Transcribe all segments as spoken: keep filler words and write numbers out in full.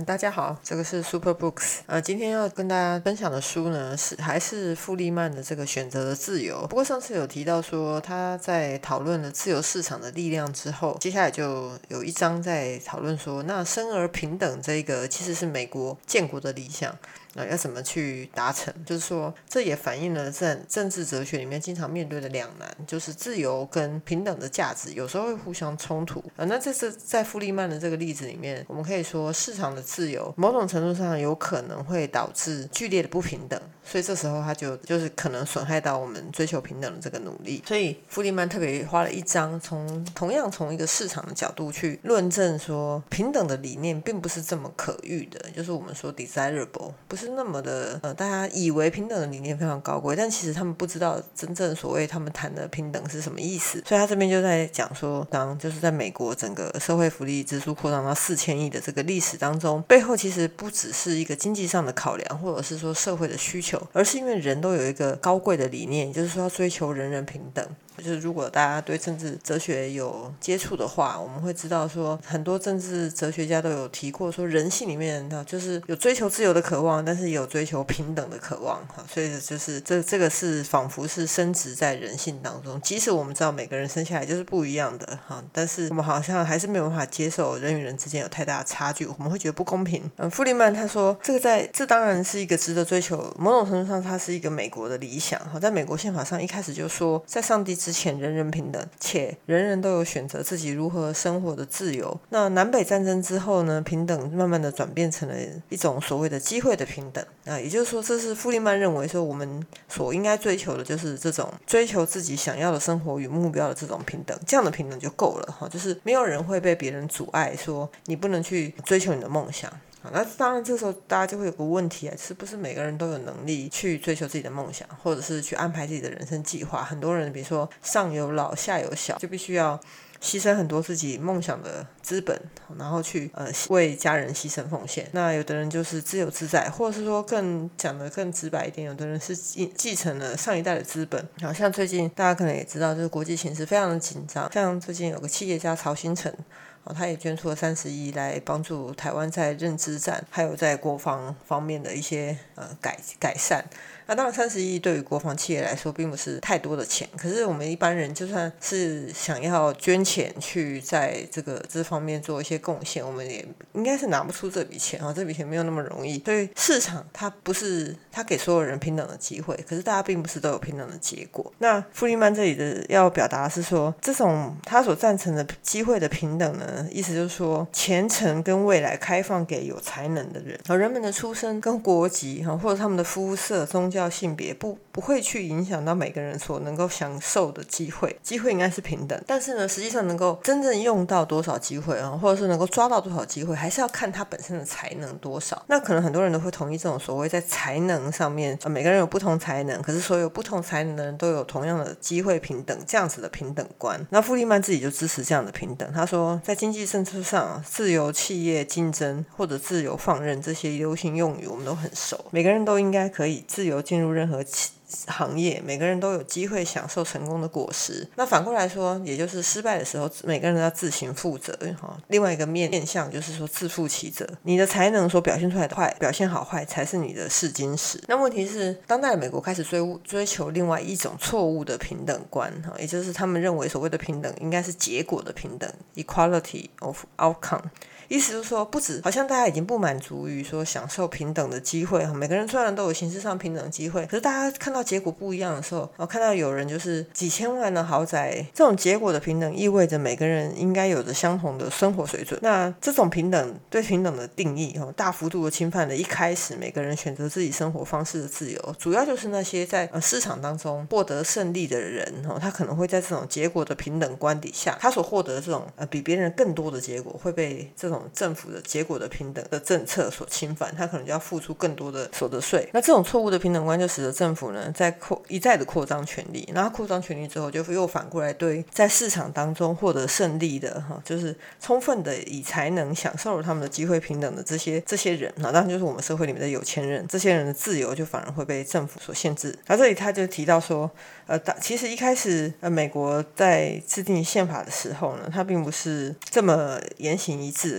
大家好，这个是 Super Books。呃，今天要跟大家分享的书呢，是还是傅利曼的这个选择的自由。不过上次有提到说他在讨论了自由市场的力量之后，接下来就有一章在讨论说，那生而平等这个其实是美国建国的理想。呃、要怎么去达成，就是说这也反映了在政治哲学里面经常面对的两难，就是自由跟平等的价值有时候会互相冲突。呃、那这是在傅利曼的这个例子里面，我们可以说市场的自由某种程度上有可能会导致剧烈的不平等，所以这时候他就就是可能损害到我们追求平等的这个努力。所以傅利曼特别花了一章从同样从一个市场的角度去论证说，平等的理念并不是这么可遇的，就是我们说 desirable 不是那么的呃，大家以为平等的理念非常高贵，但其实他们不知道真正所谓他们谈的平等是什么意思。所以他这边就在讲说，当就是在美国整个社会福利支出扩张到四千亿的这个历史当中，背后其实不只是一个经济上的考量，或者是说社会的需求，而是因为人都有一个高贵的理念，也就是说要追求人人平等。就是如果大家对政治哲学有接触的话，我们会知道说很多政治哲学家都有提过说，人性里面就是有追求自由的渴望，但是也有追求平等的渴望。所以就是这这个是仿佛是深植在人性当中，即使我们知道每个人生下来就是不一样的，但是我们好像还是没有办法接受人与人之间有太大的差距，我们会觉得不公平。嗯，傅利曼他说这个在这当然是一个值得追求，某种程度上它是一个美国的理想。在美国宪法上一开始就说，在上帝之前人人平等，且人人都有选择自己如何生活的自由。那南北战争之后呢，平等慢慢的转变成了一种所谓的机会的平等。那也就是说，这是傅利曼认为说，我们所应该追求的就是这种追求自己想要的生活与目标的这种平等，这样的平等就够了，就是没有人会被别人阻碍说你不能去追求你的梦想。那当然这时候大家就会有个问题啊，是不是每个人都有能力去追求自己的梦想，或者是去安排自己的人生计划？很多人比如说上有老下有小，就必须要牺牲很多自己梦想的资本，然后去呃为家人牺牲奉献。那有的人就是自由自在，或者是说更讲得更直白一点，有的人是继承了上一代的资本。好像最近大家可能也知道，就是国际形势非常的紧张，像最近有个企业家曹兴诚，哦、他也捐出了三十亿来帮助台湾在认知战还有在国防方面的一些呃改改善。那当然三十亿对于国防企业来说并不是太多的钱，可是我们一般人就算是想要捐钱去在这个这方面做一些贡献，我们也应该是拿不出这笔钱、哦、这笔钱没有那么容易。所以市场它不是它给所有人平等的机会，可是大家并不是都有平等的结果。那傅利曼这里的要表达的是说，这种他所赞成的机会的平等呢，意思就是说前程跟未来开放给有才能的人，而人们的出身跟国籍或者他们的肤色、宗教、性别不不会去影响到每个人所能够享受的机会，机会应该是平等。但是呢，实际上能够真正用到多少机会，或者是能够抓到多少机会，还是要看他本身的才能多少。那可能很多人都会同意这种所谓在才能上面、呃、每个人有不同才能，可是所有不同才能的人都有同样的机会平等，这样子的平等观。那傅利曼自己就支持这样的平等。他说在经济政策上，自由企业竞争或者自由放任这些流行用语我们都很熟，每个人都应该可以自由进入任何行业，每个人都有机会享受成功的果实。那反过来说，也就是失败的时候每个人都要自行负责。另外一个面向就是说自负其责，你的才能所表现出来的坏表现好坏才是你的试金石。那问题是当代的美国开始 追, 追求另外一种错误的平等观，也就是他们认为所谓的平等应该是结果的平等， equality of outcome。意思就是说，不止好像大家已经不满足于说享受平等的机会，每个人虽然都有形式上平等的机会，可是大家看到结果不一样的时候，看到有人就是几千万的豪宅，这种结果的平等意味着每个人应该有着相同的生活水准。那这种平等对平等的定义大幅度的侵犯了一开始每个人选择自己生活方式的自由，主要就是那些在市场当中获得胜利的人，他可能会在这种结果的平等观底下，他所获得的这种比别人更多的结果会被这种政府的结果的平等的政策所侵犯，他可能就要付出更多的所得税。那这种错误的平等观就使得政府呢在扩一再的扩张权力，然后扩张权力之后就又反过来对在市场当中获得胜利的，就是充分的以才能享受了他们的机会平等的这些这些人，当然就是我们社会里面的有钱人，这些人的自由就反而会被政府所限制。而这里他就提到说呃，其实一开始呃美国在制定宪法的时候呢，它并不是这么言行一致的，就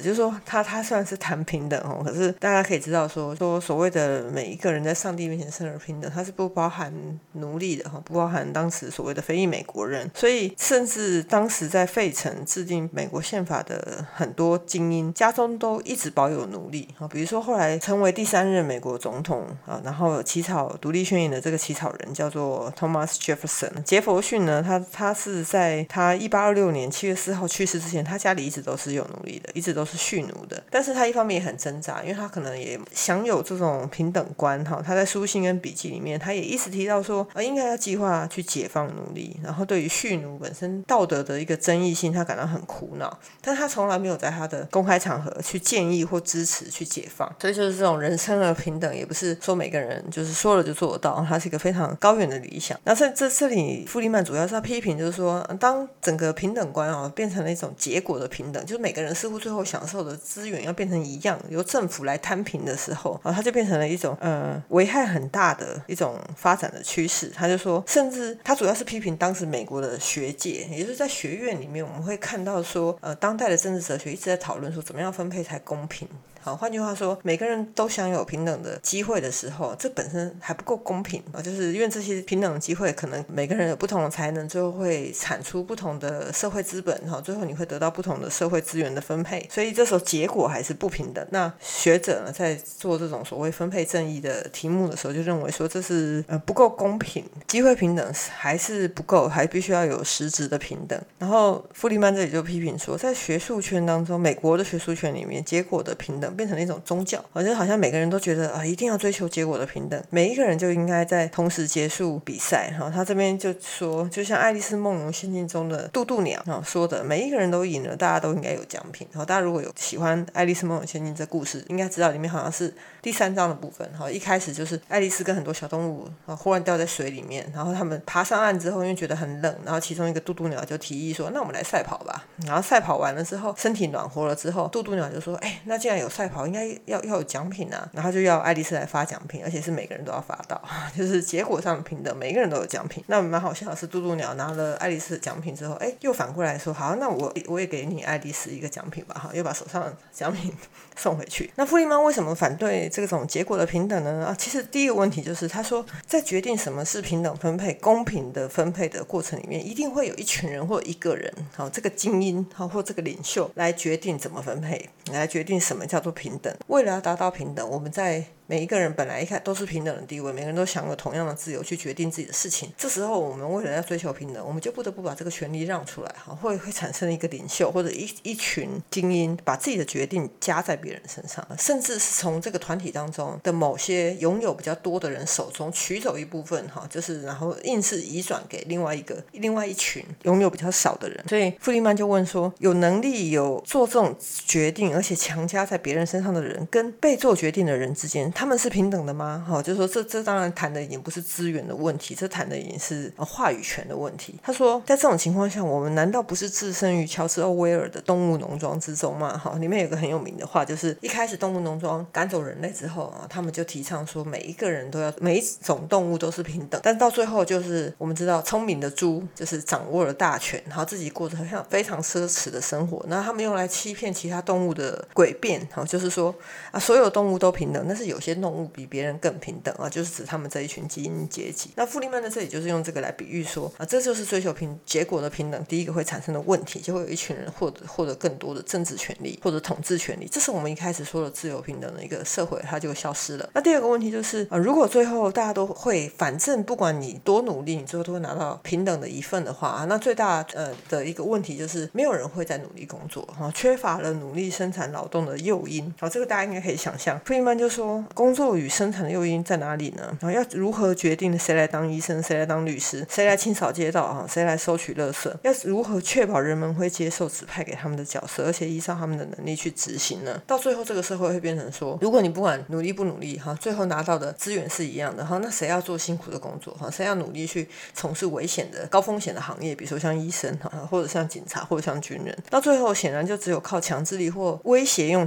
就是说他他虽然是谈平等哦，可是大家可以知道说说所谓的每一个人在上帝面前生而平等，它是不包含奴隶的，不包含当时所谓的非裔美国人。所以甚至当时在费城制定美国宪法的很多精英家中都一直保有奴隶，比如说后来成为第三任美国总统，然后起草独立宣言的这个起草人叫做 Thomas Jefferson。 杰佛逊呢，他他是在他一八二六年七月四号去世之前，他家里一直都是有奴隶的，一直都是蓄奴的。但是他一方面也很挣扎，因为他可能也享有这种平等观，他在书信跟笔记里面他也一直提到说、呃、应该要计划去解放奴隶，然后对于蓄奴本身道德的一个争议性他感到很苦恼，但他从来没有在他的公开场合去建议或支持去解放。所以就是这种人生而平等，也不是说每个人就是说了就做得到，它是一个非常高远的理想。那在这这里弗利曼主要是要批评，就是说当整个平等观、哦、变成了一种结果的平等，就是每个人似乎最后享受的资源要变成一样，由政府来摊平的时候、哦、它就变成了一种呃危害很大的一种发展的趋势。他就说，甚至他主要是批评当时美国的学界，也就是在学院里面我们会看到说呃当代的政治哲学一直在讨论说怎么样分配才公平。好，换句话说，每个人都享有平等的机会的时候，这本身还不够公平啊！就是因为这些平等的机会，可能每个人有不同的才能，最后会产出不同的社会资本，哈，最后你会得到不同的社会资源的分配，所以这时候结果还是不平等。那学者呢，在做这种所谓分配正义的题目的时候，就认为说这是呃不够公平，机会平等还是不够，还必须要有实质的平等。然后弗里曼这里就批评说，在学术圈当中，美国的学术圈里面，结果的平等变成了一种宗教，好像好像每个人都觉得啊，一定要追求结果的平等，每一个人就应该在同时结束比赛。然后他这边就说，就像《爱丽丝梦游仙境》中的渡渡鸟说的，每一个人都赢了，大家都应该有奖品。然后大家如果有喜欢《爱丽丝梦游仙境》这故事，应该知道里面好像是第三章的部分。一开始就是爱丽丝跟很多小动物忽然掉在水里面，然后他们爬上岸之后，因为觉得很冷，然后其中一个渡渡鸟就提议说，那我们来赛跑吧。然后赛跑完了之后，身体暖和了之后，渡渡鸟就说，哎，那既然有赛跑，应该要要有奖品啊。然后就要爱丽丝来发奖品，而且是每个人都要发到，就是结果上平等，每个人都有奖品。那蛮好笑的是，渡渡鸟拿了爱丽丝的奖品之后，哎，又反过来说，好，那我我也给你爱丽丝一个奖品吧，又把手上的奖品送回去。那弗里曼为什么反对这种结果的平等呢？啊，其实第一个问题就是，他说在决定什么是平等分配、公平的分配的过程里面，一定会有一群人或一个人，好，这个精英好或这个领袖来决定怎么分配，来决定什么叫做平等。为了要达到平等，我们在每一个人本来一开都是平等的地位，每个人都享有同样的自由去决定自己的事情。这时候我们为了要追求平等，我们就不得不把这个权利让出来，会会产生一个领袖或者 一, 一群精英把自己的决定加在别人身上，甚至是从这个团体当中的某些拥有比较多的人手中取走一部分，就是然后硬是移转给另外一个另外一群拥有比较少的人。所以弗里曼就问说，有能力有做这种决定而且强加在别人身上的人跟被做决定的人之间，他们是平等的吗？哦、就是说 这, 这当然谈的已经不是资源的问题，这谈的已经是、呃、话语权的问题。他说在这种情况下，我们难道不是置身于乔治·欧威尔的动物农庄之中吗？哦、里面有个很有名的话，就是一开始动物农庄赶走人类之后、啊、他们就提倡说每一个人都要每一种动物都是平等，但到最后就是我们知道聪明的猪就是掌握了大权，然后自己过着非常奢侈的生活，那他们用来欺骗其他动物的诡辩、哦、就是说、啊、所有动物都平等，但是有些动物比别人更平等、啊、就是指他们这一群精英阶级。那弗里曼在这里就是用这个来比喻说、啊、这就是追求平结果的平等第一个会产生的问题，就会有一群人获得获得更多的政治权利或者统治权利，这是我们一开始说的自由平等的一个社会，它就消失了。那第二个问题就是、啊、如果最后大家都会反正不管你多努力，你最后都会拿到平等的一份的话、啊、那最大、呃、的一个问题就是没有人会再努力工作、啊、缺乏了努力生产劳动的诱因、啊、这个大家应该可以想象。弗里曼就说工作与生产的诱因在哪里呢？然后要如何决定谁来当医生，谁来当律师，谁来清扫街道，谁来收取垃圾，要如何确保人们会接受指派给他们的角色，而且依照他们的能力去执行呢？到最后这个社会会变成说，如果你不管努力不努力，最后拿到的资源是一样的，那谁要做辛苦的工作，谁要努力去从事危险的高风险的行业，比如说像医生或者像警察或者像军人，到最后显然就只有靠强制力或威胁用强制力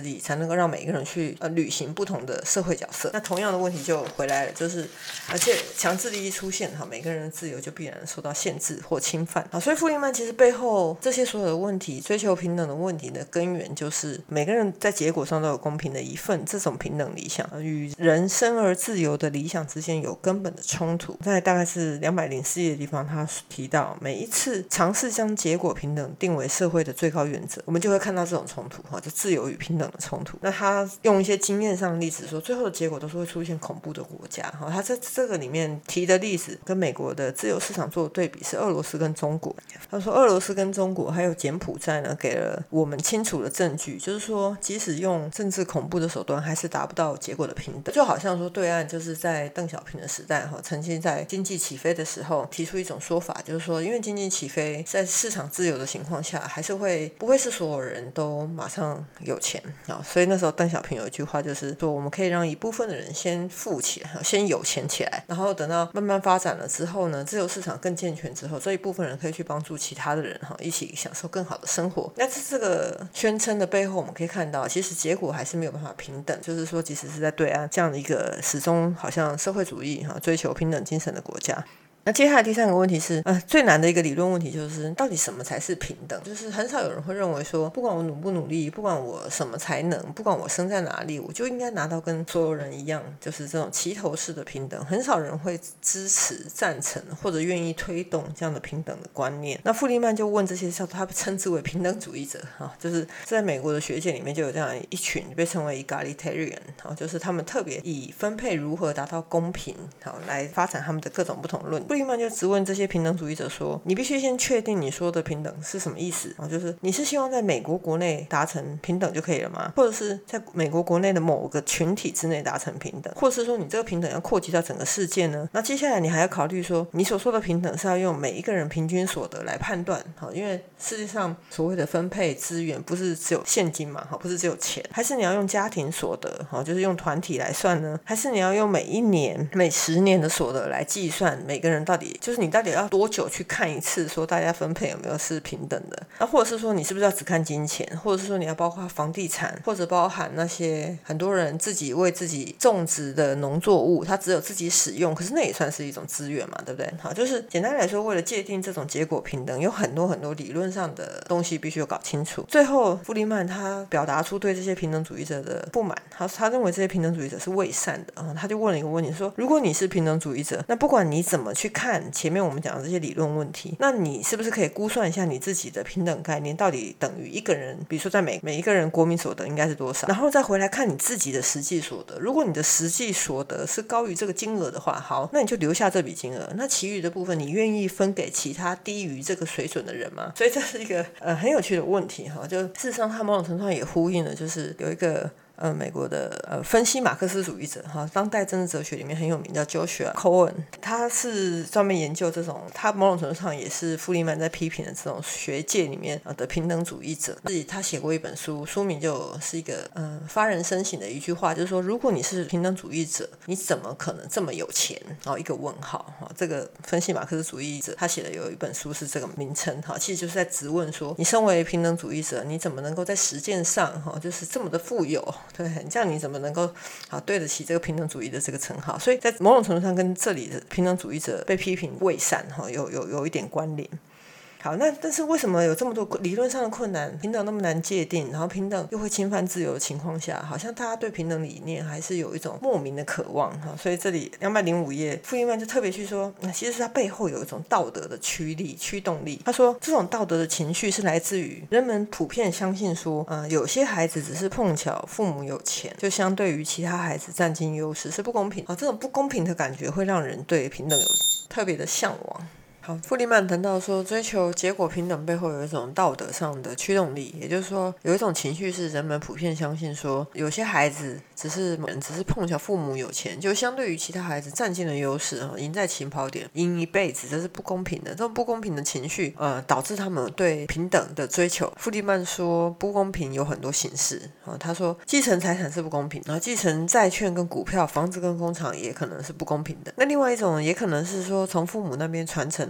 力，才能够让每一个人去呃履行不同的社会角色。那同样的问题就回来了，就是而且强制力一出现，哈，每个人的自由就必然受到限制或侵犯。好，所以傅利曼其实背后这些所有的问题，追求平等的问题的根源，就是每个人在结果上都有公平的一份。这种平等理想与人生而自由的理想之间有根本的冲突。在大概是两百零四页的地方，他提到每一次尝试将结果平等定为社会的最高原则，我们就会看到这种冲突，就自由与平等的冲突。那他用一些经验上的例子说，最后的结果都是会出现恐怖的国家。他在这个里面提的例子跟美国的自由市场做的对比是俄罗斯跟中国。他说俄罗斯跟中国还有柬埔寨呢，给了我们清楚的证据，就是说即使用政治恐怖的手段还是达不到结果的平等。就好像说对岸就是在邓小平的时代曾经在经济起飞的时候提出一种说法，就是说因为经济起飞在市场自由的情况下，还是会不会是所有人都马上有钱，所以那时候邓小平有一句话就是说，我们可以让一部分的人先富起来，先有钱起来，然后等到慢慢发展了之后呢，自由市场更健全之后，这一部分人可以去帮助其他的人一起享受更好的生活。但是这个宣称的背后，我们可以看到其实结果还是没有办法平等，就是说即使是在对岸这样的一个始终好像社会主义追求平等精神的国家。那接下来第三个问题是，呃，最难的一个理论问题就是，到底什么才是平等？就是很少有人会认为说，不管我努不努力，不管我什么才能，不管我生在哪里，我就应该拿到跟所有人一样，就是这种齐头式的平等。很少人会支持、赞成或者愿意推动这样的平等的观念。那傅利曼就问这些，他称之为平等主义者，哈，就是在美国的学界里面就有这样一群被称为 egalitarian， 就是他们特别以分配如何达到公平，好来发展他们的各种不同论点。傅利曼就质问这些平等主义者说，你必须先确定你说的平等是什么意思，就是你是希望在美国国内达成平等就可以了吗？或者是在美国国内的某个群体之内达成平等，或者是说你这个平等要扩及到整个世界呢？那接下来你还要考虑说，你所说的平等是要用每一个人平均所得来判断，因为世界上所谓的分配资源不是只有现金嘛，不是只有钱，还是你要用家庭所得，就是用团体来算呢？还是你要用每一年每十年的所得来计算每个人到底就是你到底要多久去看一次说大家分配有没有是平等的？那或者是说你是不是要只看金钱，或者是说你要包括房地产，或者包含那些很多人自己为自己种植的农作物，它只有自己使用，可是那也算是一种资源嘛，对不对？好，就是简单来说，为了界定这种结果平等，有很多很多理论上的东西必须要搞清楚。最后傅利曼他表达出对这些平等主义者的不满，他他认为这些平等主义者是伪善的、嗯、他就问了一个问题说，如果你是平等主义者，那不管你怎么去看前面我们讲的这些理论问题，那你是不是可以估算一下你自己的平等概念到底等于一个人，比如说在每每一个人国民所得应该是多少，然后再回来看你自己的实际所得。如果你的实际所得是高于这个金额的话，好，那你就留下这笔金额，那其余的部分你愿意分给其他低于这个水准的人吗？所以这是一个呃很有趣的问题哈，就事实上它某种程度上也呼应了，就是有一个呃，美国的呃分析马克思主义者哈，当代政治哲学里面很有名叫 Joshua Cohen， 他是专门研究这种，他某种程度上也是傅利曼在批评的这种学界里面的平等主义者。自己他写过一本书，书名就是一个呃发人深省的一句话，就是说，如果你是平等主义者，你怎么可能这么有钱？然后一个问号哈，这个分析马克思主义者他写的有一本书是这个名称哈，其实就是在质问说，你身为平等主义者，你怎么能够在实践上哈，就是这么的富有？对，这样你怎么能够好对得起这个平等主义的这个称号？所以在某种程度上跟这里的平等主义者被批评伪善有有有一点关联。好，那但是为什么有这么多理论上的困难，平等那么难界定，然后平等又会侵犯自由的情况下，好像大家对平等理念还是有一种莫名的渴望。所以这里两百零五页傅利曼就特别去说，其实是他背后有一种道德的驱力驱动力。他说这种道德的情绪是来自于人们普遍相信说、呃、有些孩子只是碰巧父母有钱，就相对于其他孩子占尽优势是不公平、啊、这种不公平的感觉会让人对平等有特别的向往。好，傅利曼谈到说，追求结果平等背后有一种道德上的驱动力，也就是说，有一种情绪是人们普遍相信说，有些孩子只是只是碰巧父母有钱，就相对于其他孩子占尽了优势，赢在起跑点，赢一辈子，这是不公平的。这种不公平的情绪，呃，导致他们对平等的追求。傅利曼说，不公平有很多形式。呃、他说，继承财产是不公平，然后继承债券跟股票、房子跟工厂也可能是不公平的。那另外一种也可能是说，从父母那边传承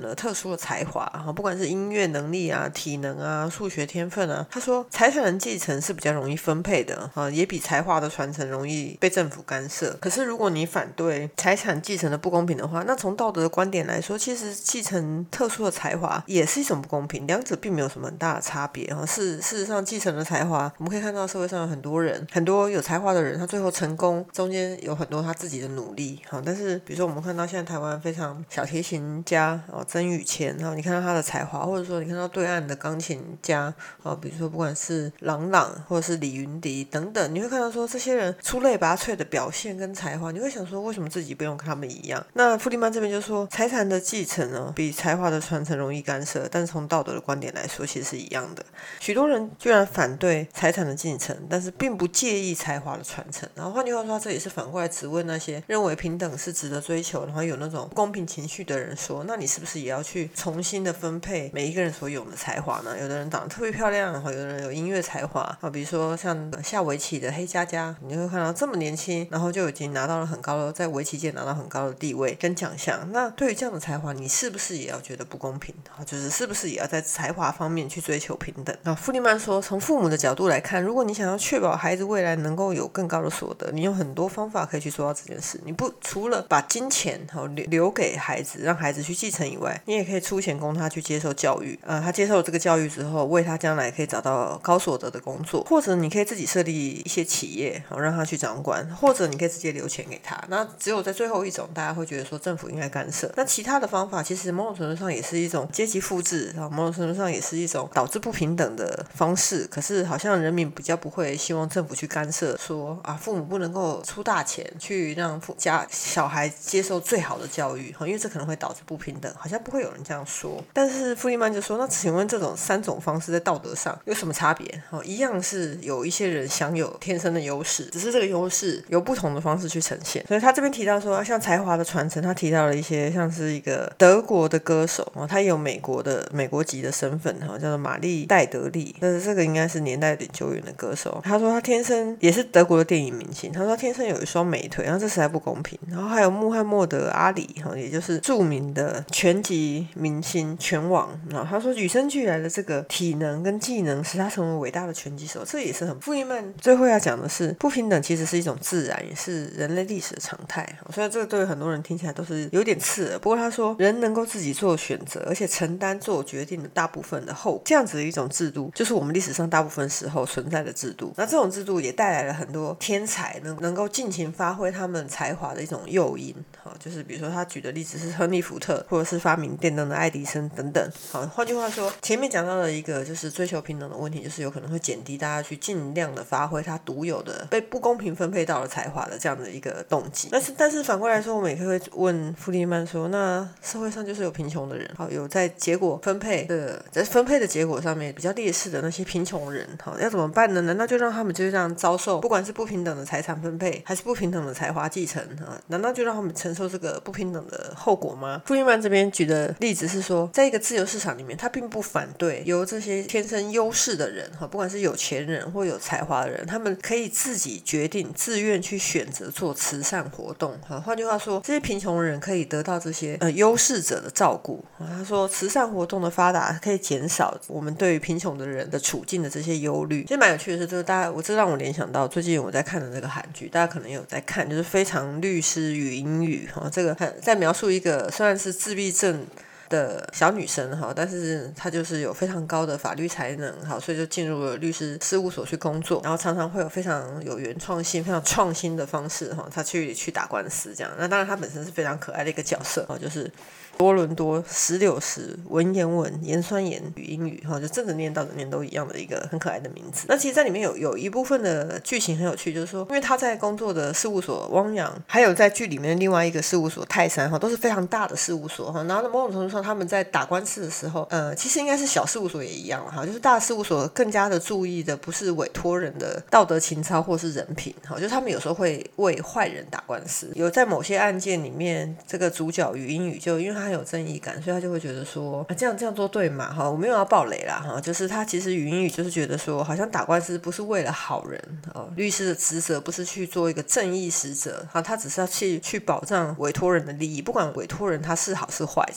了特殊的才华，不管是音乐能力啊、体能啊、数学天分啊，他说财产的继承是比较容易分配的，也比才华的传承容易被政府干涉。可是如果你反对财产继承的不公平的话，那从道德的观点来说，其实继承特殊的才华也是一种不公平，两者并没有什么很大的差别。事事实上，继承的才华，我们可以看到社会上有很多人，很多有才华的人，他最后成功中间有很多他自己的努力。但是比如说我们看到现在台湾非常小提琴家曾宇谦，你看到他的才华，或者说你看到对岸的钢琴家，比如说不管是郎朗或者是李云迪等等，你会看到说这些人出类拔萃的表现跟才华，你会想说为什么自己不用跟他们一样。那弗里曼这边就说财产的继承呢比才华的传承容易干涉，但是从道德的观点来说其实是一样的。许多人居然反对财产的继承，但是并不介意才华的传承。然后换句话说，这也是反过来质问那些认为平等是值得追求，然后有那种不公平情绪的人说，那你是不是也要去重新的分配每一个人所有的才华呢？有的人长得特别漂亮，然后有的人有音乐才华，比如说像下围棋的黑佳佳，你会看到这么年轻，然后就已经拿到了很高的，在围棋界拿到很高的地位跟奖项。那对于这样的才华，你是不是也要觉得不公平？就是是不是也要在才华方面去追求平等？那弗里曼说，从父母的角度来看，如果你想要确保孩子未来能够有更高的所得，你有很多方法可以去做到这件事。你不除了把金钱留给孩子，让孩子去继承以外，你也可以出钱供他去接受教育。呃，他接受了这个教育之后，为他将来可以找到高所得的工作，或者你可以自己设立一些企业，让他去掌管，或者你可以直接留钱给他。那只有在最后一种，大家会觉得说政府应该干涉。那其他的方法，其实某种程度上也是一种阶级复制，某种程度上也是一种导致不平等的方式。可是好像人民比较不会希望政府去干涉，说啊，父母不能够出大钱去让家小孩接受最好的教育，因为这可能会导致不平等，好像不会有人这样说。但是弗里曼就说，那请问这种三种方式在道德上有什么差别？一样是有一些人享有天生的优势，只是这个优势有不同的方式去呈现。所以他这边提到说，像才华的传承，他提到了一些像是一个德国的歌手，他也有美国的美国籍的身份，叫做玛丽戴德利，但是这个应该是年代有点久远的歌手。他说他天生也是德国的电影明星，他说他天生有一双美腿，然后这实在不公平。然后还有穆罕默德阿里，也就是著名的拳击明星拳王，他说与生俱来的这个体能跟技能使他成为伟大的拳击手，这也是很。弗里曼最后要讲的是，不平等其实是一种自然，也是人类历史的常态。虽然这个对很多人听起来都是有点刺耳，不过他说人能够自己做选择，而且承担做决定的大部分的后果，这样子的一种制度，就是我们历史上大部分时候存在的制度。那这种制度也带来了很多天才能能够尽情发挥他们才华的一种诱因。就是比如说他举的例子是亨利福特，或者是发明电灯的爱迪生等等。好，换句话说，前面讲到了一个就是追求平等的问题，就是有可能会减低大家去尽量的发挥他独有的被不公平分配到了才华的这样的一个动机。但是但是反过来说，我们也会问弗里曼说，那社会上就是有贫穷的人，好，有在结果分配的在分配的结果上面比较劣势的那些贫穷人，好，要怎么办呢？难道就让他们就这样遭受不管是不平等的财产分配还是不平等的才华继承啊？难道就让他们承受这个不平等的后果吗？弗里曼这边举的例子是说，在一个自由市场里面，他并不反对由这些天生优势的人，不管是有钱人或有才华的人，他们可以自己决定自愿去选择做慈善活动。换句话说，这些贫穷人可以得到这些呃优势者的照顾。他说慈善活动的发达可以减少我们对于贫穷的人的处境的这些忧虑。其实蛮有趣的是，这个大家我这让我联想到最近我在看的这个韩剧，大家可能有在看，就是《非常律师与英语》，这个在描述一个虽然是自闭症的小女生，但是她就是有非常高的法律才能，所以就进入了律师事务所去工作，然后常常会有非常有原创性非常创新的方式她去去打官司这样。那当然她本身是非常可爱的一个角色，就是多伦多石榴石文言文盐酸盐语英语，就正着念倒着念都一样的一个很可爱的名字。那其实在里面有有一部分的剧情很有趣，就是说因为他在工作的事务所汪洋，还有在剧里面另外一个事务所泰山，都是非常大的事务所，然后某种程度上他们在打官司的时候，呃，其实应该是小事务所也一样，就是大事务所更加的注意的不是委托人的道德情操或是人品，就是他们有时候会为坏人打官司。有在某些案件里面，这个主角语英语就因为他很有正义感，所以他就会觉得说、啊、这样这样做对嘛，我没有要爆雷啦，就是他其实语英语就是觉得说好像打官司不是为了好人，律师的职责不是去做一个正义使者，他只是要去去保障委托人的利益，不管委托人他是好是坏这样。所以他那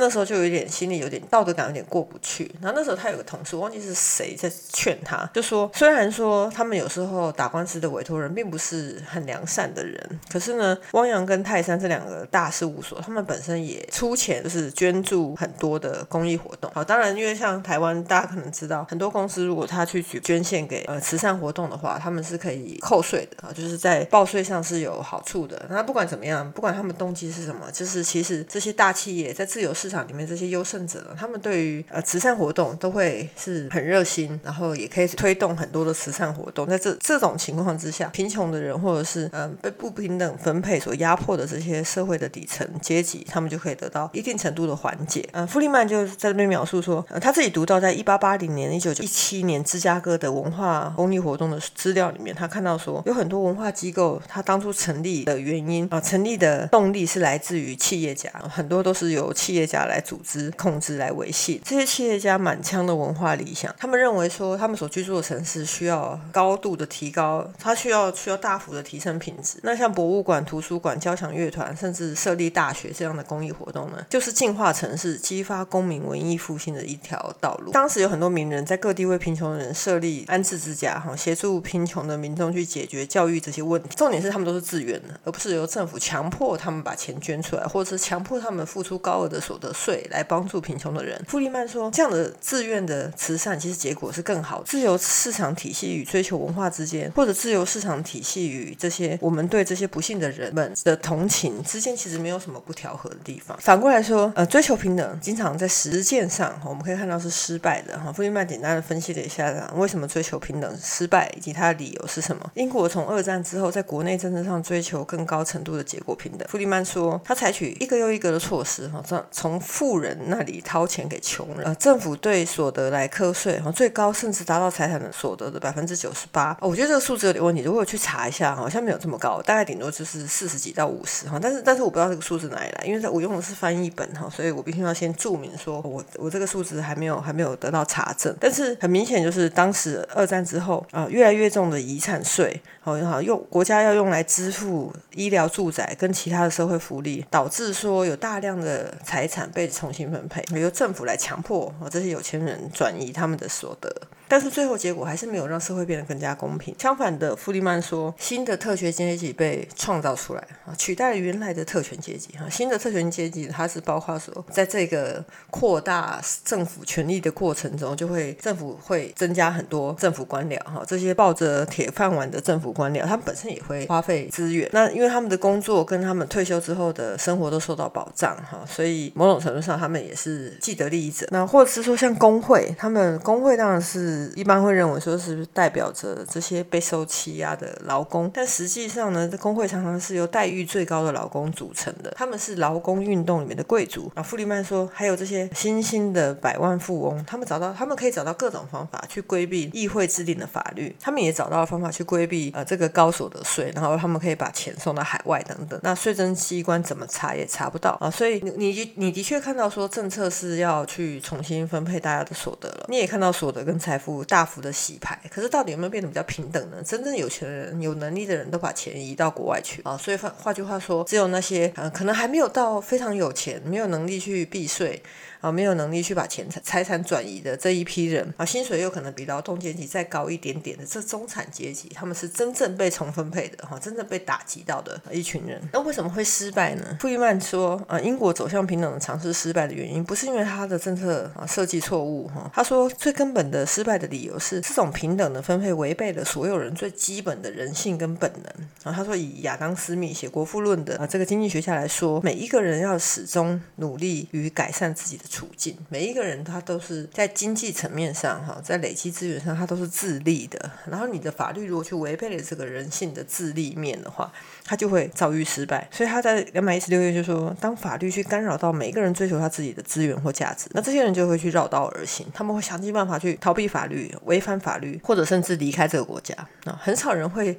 那时候就有点心里有点道德感有点过不去。然后那时候他有个同事，我忘记是谁在劝他，就说虽然说他们有时候打官司的委托人并不是很良善的人，可是呢汪洋跟泰山这两个大事务所他们本身也出钱就是捐助很多的公益活动。好，当然因为像台湾大家可能知道很多公司如果他去捐献给呃慈善活动的话，他们是可以扣税的，就是在报税上是有好处的。那不管怎么样，不管他们动机是什么，就是其实这些大企业在自由市场里面这些优胜者呢，他们对于呃慈善活动都会是很热心，然后也可以推动很多的慈善活动。在这这种情况之下，贫穷的人或者是嗯、呃、被不平等分配所压迫的这些社会的底层阶级，他们就可以得到一定程度的缓解。嗯、呃，弗利曼就在这边描述说，呃、他自己读到在一八八零年、一九一七年芝加哥的文化公益活动的资料里面，他看到说有很多文化机构，他当初成立的原因啊、呃，成立的动力是来自于企业家，很多都是由企业家来组织、控制、来维系。这些企业家满腔的文化理想，他们认为说他们所居住的城市需要高度的提高，它需要需要大幅的提升品质。那像博物馆、图书馆、交响乐团，甚至设立大学这样的公益活动呢，就是净化城市、激发公民文艺复兴的一条道路。当时有很多名人在各地为贫穷的人设立安置之家，协助贫穷的民众去解决教育这些问题。重点是他们都是自愿的，而不是由政府强迫他们把钱捐出来，或者是强迫他们付出高额的所得税来帮助贫穷的人。弗利曼说，这样的自愿的慈善其实结果是更好的。自由市场体系与追求文化之间，或者自由市场体系与这些我们对这些不幸的人们的同情之间，其实没有什么不调和的地方。反过来说，呃，追求平等经常在实践上我们可以看到是失败的。弗利曼简单的分析了一下为什么追求平等失败以及他的理由是什么。英国从二战之后在国内政治上追求更高程度的结果平等。弗利曼说，他采取一个又一个的措施，从富人那里掏钱给穷人，呃、政府对所得来课税，最高甚至达到财产的所得的百分之九十八。我觉得这个数字有点问题，如果我去查一下，好像没有这么高，大概顶多就是四十几到五十。但是但是我不知道这个数字哪里来，因为我用的是翻译本，所以我必须要先注明说我我这个数字还没有还没有得到查证。但是很明显就是当时二战之后，呃、越来越重的遗产税，好用国家要用来支付医疗、住宅跟其他的社会福利，导致说有大量的财产被重新分配，由政府来强迫这些有钱人转移他们的所得。但是最后结果还是没有让社会变得更加公平。相反的，弗利曼说，新的特权阶级被创造出来，取代了原来的特权阶级。新的特权阶级它是包括说，在这个扩大政府权力的过程中，就会政府会增加很多政府官僚，这些抱着铁饭碗的政府官僚，他们本身也会花费资源。那因为他们的工作跟他们退休之后的生活都受到保障，所以某种程度上他们也是既得利益者。那或者是说像工会，他们工会当然是一般会认为说是代表着这些被受欺压的劳工，但实际上呢，工会常常是由待遇最高的劳工组成的，他们是劳工运动里面的贵族。啊，弗利曼说，还有这些新兴的百万富翁，他们找到他们可以找到各种方法去规避议会制定的法律，他们也找到了方法去规避呃这个高所得税，然后他们可以把钱送到海外等等。那税政机关怎么查也查不到啊，所以你你你的确看到说政策是要去重新分配大家的所得了，你也看到所得跟财富大幅的洗牌，可是到底有没有变得比较平等呢？真正有钱的人、有能力的人都把钱移到国外去啊，所以换句话说，只有那些呃可能还没有到非常有钱、没有能力去避税啊，没有能力去把钱财产转移的这一批人啊，薪水又可能比劳动阶级再高一点点的这中产阶级，他们是真正被重分配的哈，真正被打击到的一群人。那为什么会失败呢？弗利曼说，呃，英国走向平等的尝试失败的原因，不是因为他的政策啊设计错误哈，他说最根本的失败的理由是这种平等的分配违背了所有人最基本的人性跟本能。然后他说，以亚当斯密写《国富论》的啊这个经济学家来说，每一个人要始终努力于改善自己的处境，每一个人他都是在经济层面上哈，在累积资源上他都是自立的。然后你的法律如果去违背了这个人性的自立面的话，他就会遭遇失败。所以他在两百一十六页就说，当法律去干扰到每一个人追求他自己的资源或价值，那这些人就会去绕道而行，他们会想尽办法去逃避法律、违反法律，或者甚至离开这个国家。很少人会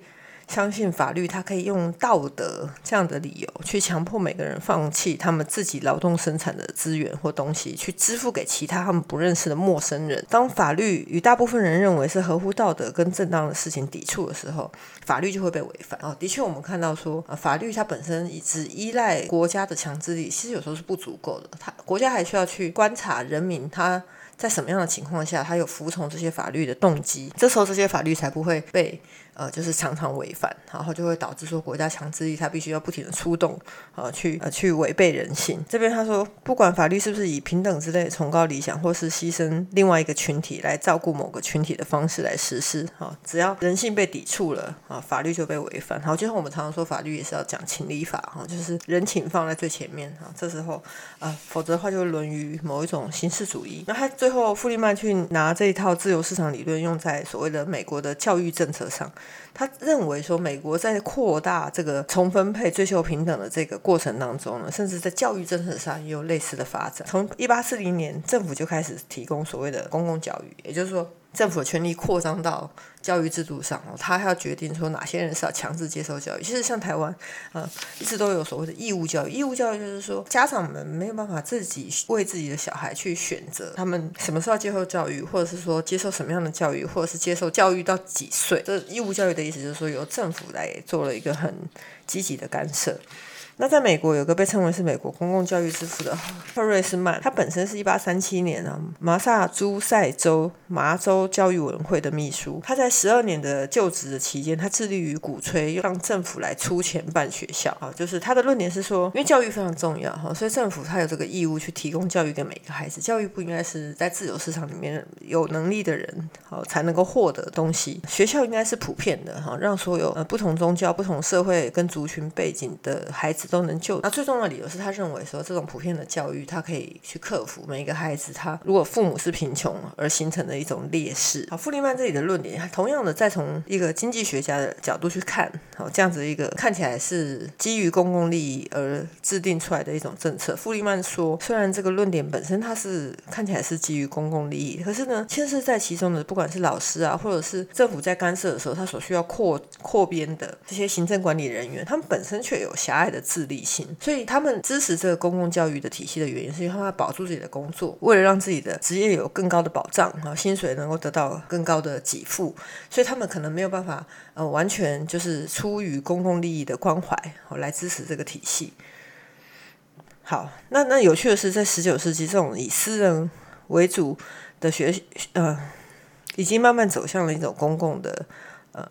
相信法律它可以用道德这样的理由去强迫每个人放弃他们自己劳动生产的资源或东西，去支付给其他他们不认识的陌生人。当法律与大部分人认为是合乎道德跟正当的事情抵触的时候，法律就会被违反。哦，的确我们看到说、呃、法律它本身只依赖国家的强制力，其实有时候是不足够的，它国家还需要去观察人民他在什么样的情况下他有服从这些法律的动机，这时候这些法律才不会被呃，就是常常违反，然后就会导致说国家强制力它必须要不停的出动，呃，去呃去违背人性。这边他说，不管法律是不是以平等之类崇高理想，或是牺牲另外一个群体来照顾某个群体的方式来实施，呃、只要人性被抵触了，呃、法律就被违反。好，就像我们常常说，法律也是要讲情理法，呃、就是人情放在最前面，呃、这时候呃，否则的话就会沦于某一种形式主义。那他最后傅利曼去拿这一套自由市场理论用在所谓的美国的教育政策上。他认为说，美国在扩大这个重分配、追求平等的这个过程当中呢，甚至在教育政策上也有类似的发展。从一八四零年，政府就开始提供所谓的公共教育，也就是说，政府的权力扩张到教育制度上，他还要决定说哪些人是要强制接受教育。其实像台湾，呃，一直都有所谓的义务教育。义务教育就是说，家长们没有办法自己为自己的小孩去选择他们什么时候接受教育，或者是说接受什么样的教育，或者是接受教育到几岁。这义务教育的意思就是说，由政府来做了一个很积极的干涉。那在美国有个被称为是美国公共教育之父的赫瑞斯曼，他本身是一八三七年啊麻萨诸塞州麻州教育委员会的秘书。他在十二年的就职的期间，他致力于鼓吹让政府来出钱办学校。就是他的论点是说，因为教育非常重要，所以政府他有这个义务去提供教育给每个孩子。教育不应该是在自由市场里面有能力的人才能够获得的东西，学校应该是普遍的，让所有不同宗教、不同社会跟族群背景的孩子都能救。那最重要的理由是他认为说，这种普遍的教育它可以去克服每一个孩子他如果父母是贫穷而形成的一种劣势。好，傅利曼这里的论点同样的再从一个经济学家的角度去看，好，这样子一个看起来是基于公共利益而制定出来的一种政策。傅利曼说，虽然这个论点本身它是看起来是基于公共利益，可是呢牵涉在其中的不管是老师啊，或者是政府在干涉的时候他所需要扩扩编的这些行政管理人员，他们本身却有狭隘的自利性，所以他们支持这个公共教育的体系的原因是因为他们要保住自己的工作，为了让自己的职业有更高的保障，薪水能够得到更高的给付，所以他们可能没有办法、呃、完全就是出于公共利益的关怀、哦、来支持这个体系。好，那那有趣的是，在十九世纪这种以私人为主的学呃，已经慢慢走向了一种公共的呃，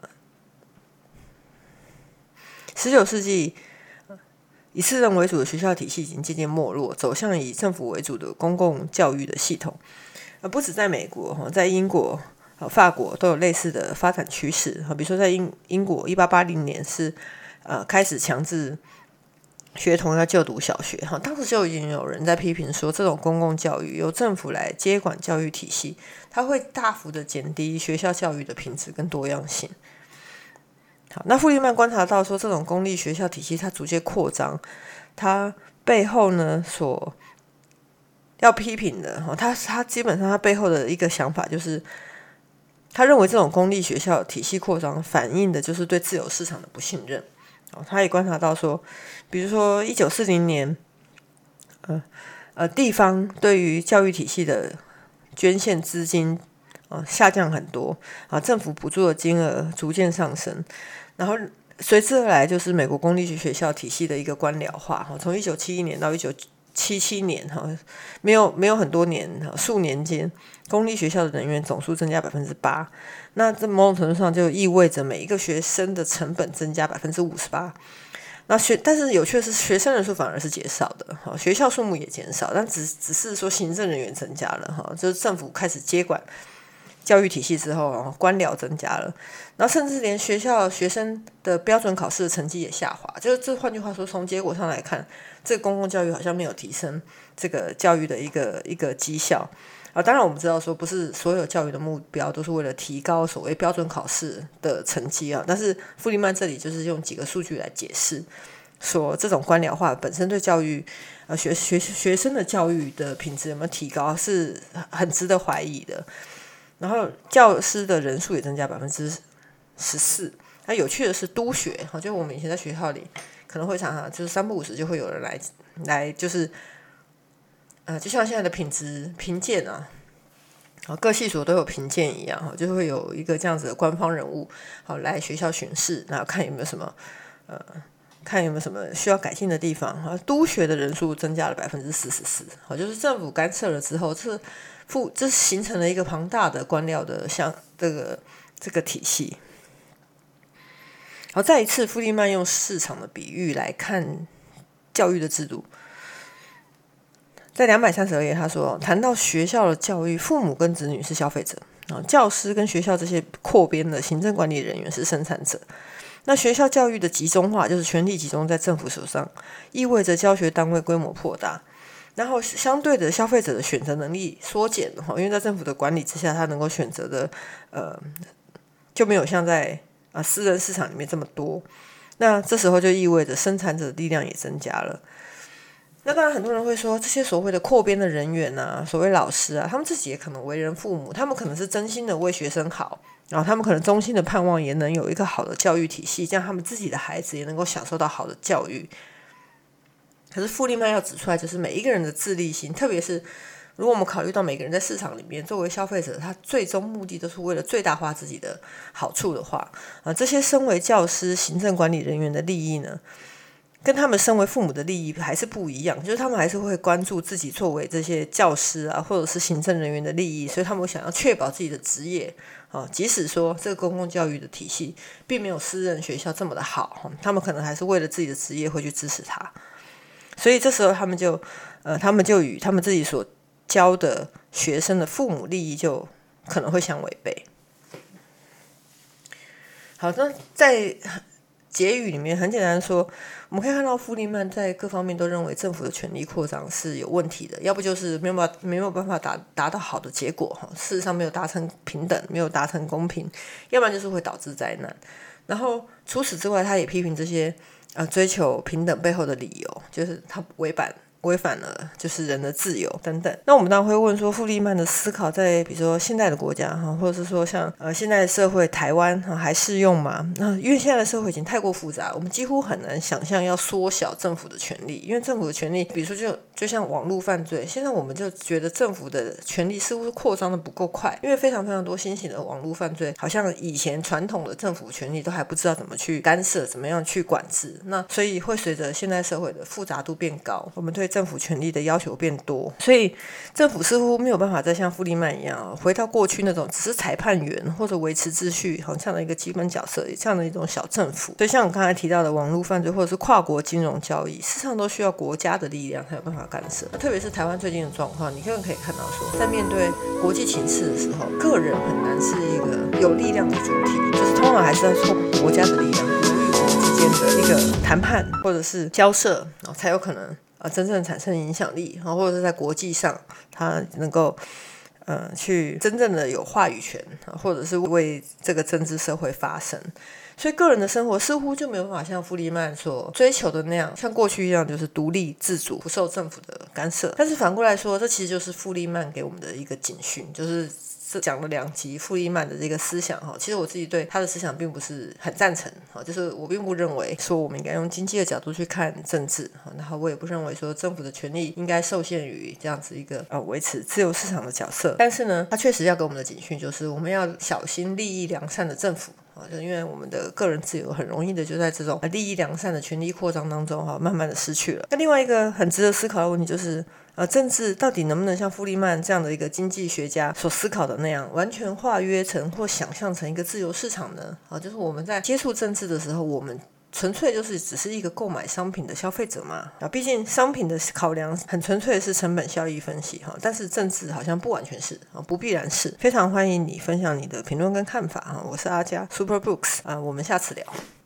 十九世纪以私人为主的学校体系已经渐渐没落，走向以政府为主的公共教育的系统。呃、不止在美国，在英国、法国都有类似的发展趋势。比如说在 英, 英国一八八零年是、呃、开始强制学童要就读小学，当时就已经有人在批评说，这种公共教育由政府来接管教育体系，它会大幅的减低学校教育的品质跟多样性。好，那傅利曼观察到说，这种公立学校体系它逐渐扩张，它背后呢所要批评的，他他基本上他背后的一个想法就是，他认为这种公立学校体系扩张反映的就是对自由市场的不信任。他也观察到说，比如说一九四零年，呃呃，地方对于教育体系的捐献资金、呃、下降很多啊，政府补助的金额逐渐上升，然后随之而来就是美国公立学校体系的一个官僚化。从一九七一年到一九七七年，没有没有很多年，数年间，公立学校的人员总数增加百分之八。那这某种程度上就意味着每一个学生的成本增加百分之五十八。那学，但是有趣的是，学生人数反而是减少的，学校数目也减少，但只只是说行政人员增加了，就是政府开始接管教育体系之后，官僚增加了，然后甚至连学校学生的标准考试的成绩也下滑。就是这换句话说，从结果上来看，这个公共教育好像没有提升这个教育的一个一个绩效。啊，当然我们知道说，不是所有教育的目标都是为了提高所谓标准考试的成绩啊。但是傅利曼这里就是用几个数据来解释，说这种官僚化本身对教育，呃学学学生的教育的品质有没有提高，是很值得怀疑的。然后教师的人数也增加百分之十四， 那有趣的是督学，就我们以前在学校里可能会常常就是三不五时就会有人来来就是呃，就像现在的品质评鉴啊，各系所都有评鉴一样，就会有一个这样子的官方人物好来学校巡视，然后看有没有什么呃，看有没有什么需要改进的地方。督学的人数增加了百分之四十四，好，就是政府干涉了之后，这复这形成了一个庞大的官僚的像这个这个体系。好，再一次，弗利曼用市场的比喻来看教育的制度。在两百三十二页，他说，谈到学校的教育，父母跟子女是消费者，教师跟学校这些扩编的行政管理人员是生产者。那学校教育的集中化，就是权力集中在政府手上，意味着教学单位规模扩大，然后相对的消费者的选择能力缩减，因为在政府的管理之下，他能够选择的呃就没有像在啊私人市场里面这么多。那这时候就意味着生产者的力量也增加了。那当然很多人会说，这些所谓的扩编的人员啊，所谓老师啊，他们自己也可能为人父母，他们可能是真心的为学生好，然后他们可能衷心的盼望也能有一个好的教育体系，这样他们自己的孩子也能够享受到好的教育。可是弗利曼要指出来，就是每一个人的自立心，特别是如果我们考虑到每个人在市场里面作为消费者，他最终目的都是为了最大化自己的好处的话，啊，这些身为教师、行政管理人员的利益呢，跟他们身为父母的利益还是不一样，就是他们还是会关注自己作为这些教师啊，或者是行政人员的利益，所以他们想要确保自己的职业，啊，即使说这个公共教育的体系并没有私人学校这么的好，他们可能还是为了自己的职业会去支持他。所以这时候他们就，呃，他们就与他们自己所教的学生的父母利益就可能会相违背。好，那在结语里面很简单说，我们可以看到弗利曼在各方面都认为政府的权力扩张是有问题的，要不就是没有办法没有办法达达到好的结果，事实上没有达成平等，没有达成公平，要不然就是会导致灾难。然后除此之外，他也批评这些呃追求平等背后的理由，就是他违反违反了就是人的自由等等。那我们当然会问说，弗利曼的思考在比如说现代的国家或者是说像呃现在的社会台湾还适用吗？那因为现在的社会已经太过复杂，我们几乎很难想象要缩小政府的权力，因为政府的权力比如说就就像网络犯罪，现在我们就觉得政府的权力似乎扩张的不够快，因为非常非常多新型的网络犯罪，好像以前传统的政府权力都还不知道怎么去干涉，怎么样去管制，那所以会随着现在社会的复杂度变高，我们对政府权力的要求变多，所以政府似乎没有办法再像弗利曼一样回到过去那种只是裁判员或者维持秩序好像的一个基本角色，这样的一种小政府。所以像我刚才提到的网络犯罪或者是跨国金融交易，事实上都需要国家的力量才有办法干涉。特别是台湾最近的状况，你可以看到说，在面对国际情势的时候，个人很难是一个有力量的主体，就是通常还是要透过国家的力量，国与国之间的一个谈判或者是交涉，才有可能呃，真正产生影响力，或者是在国际上他能够呃去真正的有话语权，或者是为这个政治社会发声。所以个人的生活似乎就没有办法像弗利曼所追求的那样，像过去一样就是独立自主，不受政府的干涉。但是反过来说，这其实就是弗利曼给我们的一个警讯，就是讲了两集弗利曼的这个思想，其实我自己对他的思想并不是很赞成，就是我并不认为说我们应该用经济的角度去看政治，然后我也不认为说政府的权力应该受限于这样子一个呃维持自由市场的角色。但是呢，他确实要给我们的警讯就是我们要小心利益良善的政府，就因为我们的个人自由很容易的就在这种利益良善的权力扩张当中慢慢的失去了。那另外一个很值得思考的问题就是呃，政治到底能不能像弗利曼这样的一个经济学家所思考的那样，完全化约成或想象成一个自由市场呢？啊，就是我们在接触政治的时候，我们纯粹就是只是一个购买商品的消费者嘛。啊，毕竟商品的考量很纯粹的是成本效益分析哈，但是政治好像不完全是啊，不必然是。非常欢迎你分享你的评论跟看法哈，我是阿佳 Super Books 啊，我们下次聊。